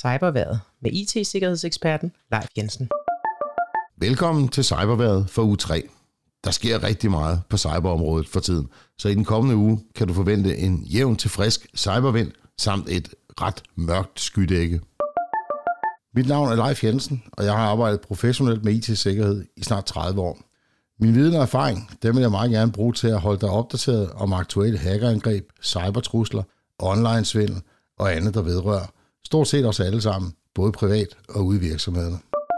Cyberværet med IT-sikkerhedseksperten Leif Jensen. Velkommen til Cyberværet for uge 3. Der sker rigtig meget på cyberområdet for tiden, så i den kommende uge kan du forvente en jævn til frisk cybervind samt et ret mørkt skydække. Mit navn er Leif Jensen, og jeg har arbejdet professionelt med IT-sikkerhed i snart 30 år. Min viden og erfaring, dem vil jeg meget gerne bruge til at holde dig opdateret om aktuelle hackerangreb, cybertrusler, online-svindel og andet, der vedrører stort set os alle sammen, både privat og ude i virksomhederne.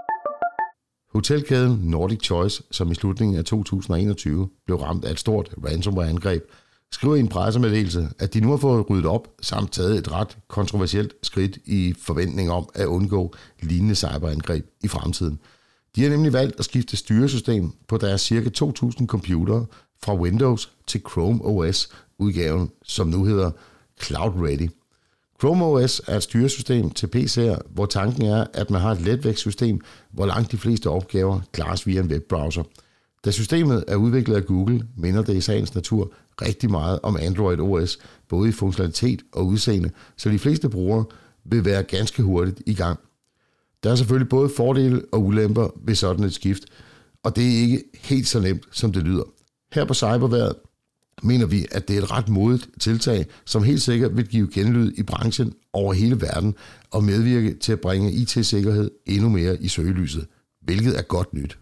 Hotelkæden Nordic Choice, som i slutningen af 2021 blev ramt af et stort ransomware-angreb, skriver i en pressemeddelelse, at de nu har fået ryddet op samt taget et ret kontroversielt skridt i forventning om at undgå lignende cyberangreb i fremtiden. De har nemlig valgt at skifte styresystem på deres ca. 2.000 computere fra Windows til Chrome OS-udgaven, som nu hedder Cloud Ready. Chrome OS er et styresystem til PC'er, hvor tanken er, at man har et letvægtssystem, hvor langt de fleste opgaver klares via en webbrowser. Da systemet er udviklet af Google, minder det i sagens natur rigtig meget om Android OS, både i funktionalitet og udseende, så de fleste brugere vil være ganske hurtigt i gang. Der er selvfølgelig både fordele og ulemper ved sådan et skift, og det er ikke helt så nemt, som det lyder. Her på Cyberværet mener vi, at det er et ret modigt tiltag, som helt sikkert vil give genlyd i branchen over hele verden og medvirke til at bringe IT-sikkerhed endnu mere i søgelyset, hvilket er godt nyt.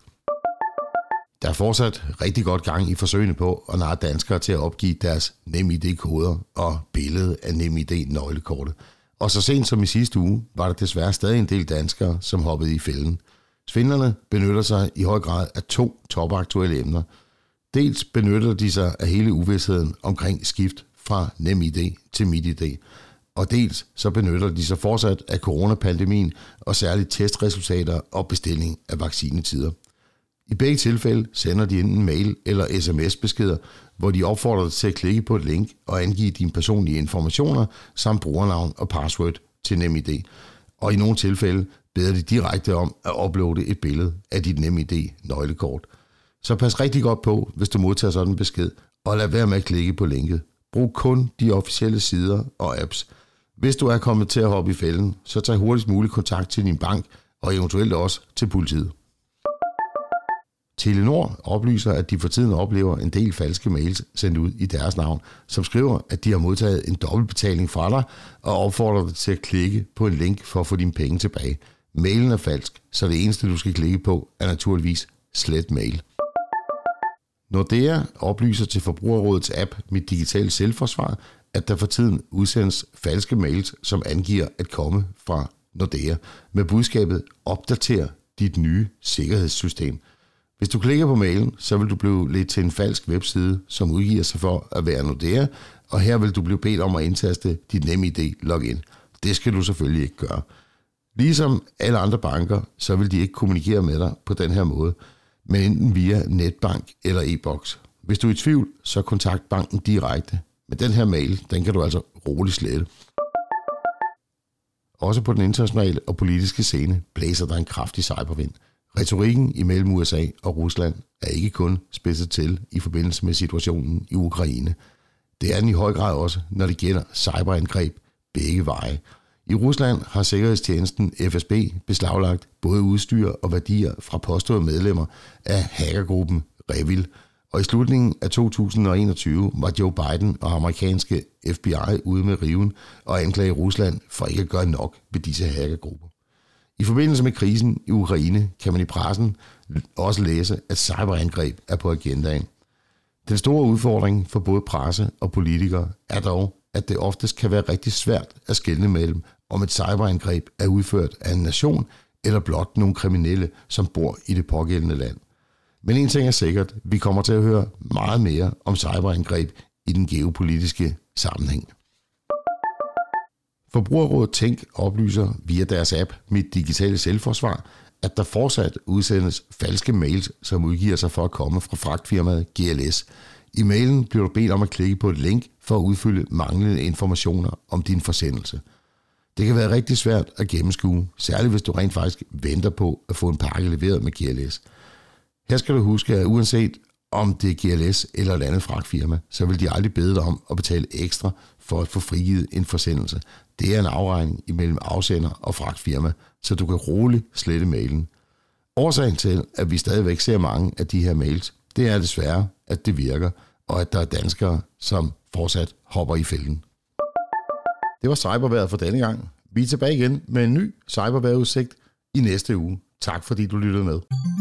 Der er fortsat rigtig godt gang i forsøgene på at narre danskere til at opgive deres NemID-koder og billede af NemID-nøglekortet. Og så sent som i sidste uge var der desværre stadig en del danskere, som hoppede i fælden. Svindlerne benytter sig i høj grad af 2 topaktuelle emner. Dels benytter de sig af hele uvidstheden omkring skift fra NemID til MitID, og dels så benytter de sig fortsat af coronapandemien og særligt testresultater og bestilling af vaccinetider. I begge tilfælde sender de enten mail eller sms-beskeder, hvor de opfordrer dig til at klikke på et link og angive dine personlige informationer samt brugernavn og password til NemID. Og i nogle tilfælde beder de direkte om at uploade et billede af dit NemID-nøglekort. Så pas rigtig godt på, hvis du modtager sådan en besked, og lad være med at klikke på linket. Brug kun de officielle sider og apps. Hvis du er kommet til at hoppe i fælden, så tag hurtigst muligt kontakt til din bank og eventuelt også til politiet. Telenor oplyser, at de for tiden oplever en del falske mails sendt ud i deres navn, som skriver, at de har modtaget en dobbeltbetaling fra dig og opfordrer dig til at klikke på en link for at få dine penge tilbage. Mailen er falsk, så det eneste du skal klikke på er naturligvis slet mail. Nordea oplyser til Forbrugerrådets app Mit Digitale Selvforsvar, at der for tiden udsendes falske mails, som angiver at komme fra Nordea med budskabet opdater dit nye sikkerhedssystem. Hvis du klikker på mailen, så vil du blive ledt til en falsk webside, som udgiver sig for at være Nordea, og her vil du blive bedt om at indtaste dit NemID-login. Det skal du selvfølgelig ikke gøre. Ligesom alle andre banker, så vil de ikke kommunikere med dig på den her måde, men enten via netbank eller e-boks. Hvis du er i tvivl, så kontakt banken direkte. Men den her mail, den kan du altså roligt slette. Også på den internationale og politiske scene blæser der en kraftig cybervind. Retorikken imellem USA og Rusland er ikke kun spidset til i forbindelse med situationen i Ukraine. Det er den i høj grad også, når det gælder cyberangreb begge veje. I Rusland har sikkerhedstjenesten FSB beslaglagt både udstyr og værdier fra påståede medlemmer af hackergruppen Revil. Og i slutningen af 2021 var Joe Biden og amerikanske FBI ude med riven og anklage Rusland for ikke at gøre nok ved disse hackergrupper. I forbindelse med krisen i Ukraine kan man i pressen også læse, at cyberangreb er på agendaen. Den store udfordring for både presse og politikere er dog, at det oftest kan være rigtig svært at skelne mellem, om et cyberangreb er udført af en nation eller blot nogle kriminelle, som bor i det pågældende land. Men en ting er sikkert, vi kommer til at høre meget mere om cyberangreb i den geopolitiske sammenhæng. Forbrugerrådet Tænk oplyser via deres app Mit Digitale Selvforsvar, at der fortsat udsendes falske mails, som udgiver sig for at komme fra fragtfirmaet GLS. I mailen bliver du bedt om at klikke på et link for at udfylde manglende informationer om din forsendelse. Det kan være rigtig svært at gennemskue, særligt hvis du rent faktisk venter på at få en pakke leveret med GLS. Her skal du huske, at uanset om det er GLS eller et andet fragtfirma, så vil de aldrig bede dig om at betale ekstra for at få frigivet en forsendelse. Det er en afregning imellem afsender og fragtfirma, så du kan roligt slette mailen. Årsagen til, at vi stadigvæk ser mange af de her mails, det er desværre, at det virker, og at der er danskere, som fortsat hopper i fælden. Det var cyberværet for denne gang. Vi er tilbage igen med en ny cyberværetudsigt i næste uge. Tak fordi du lyttede med.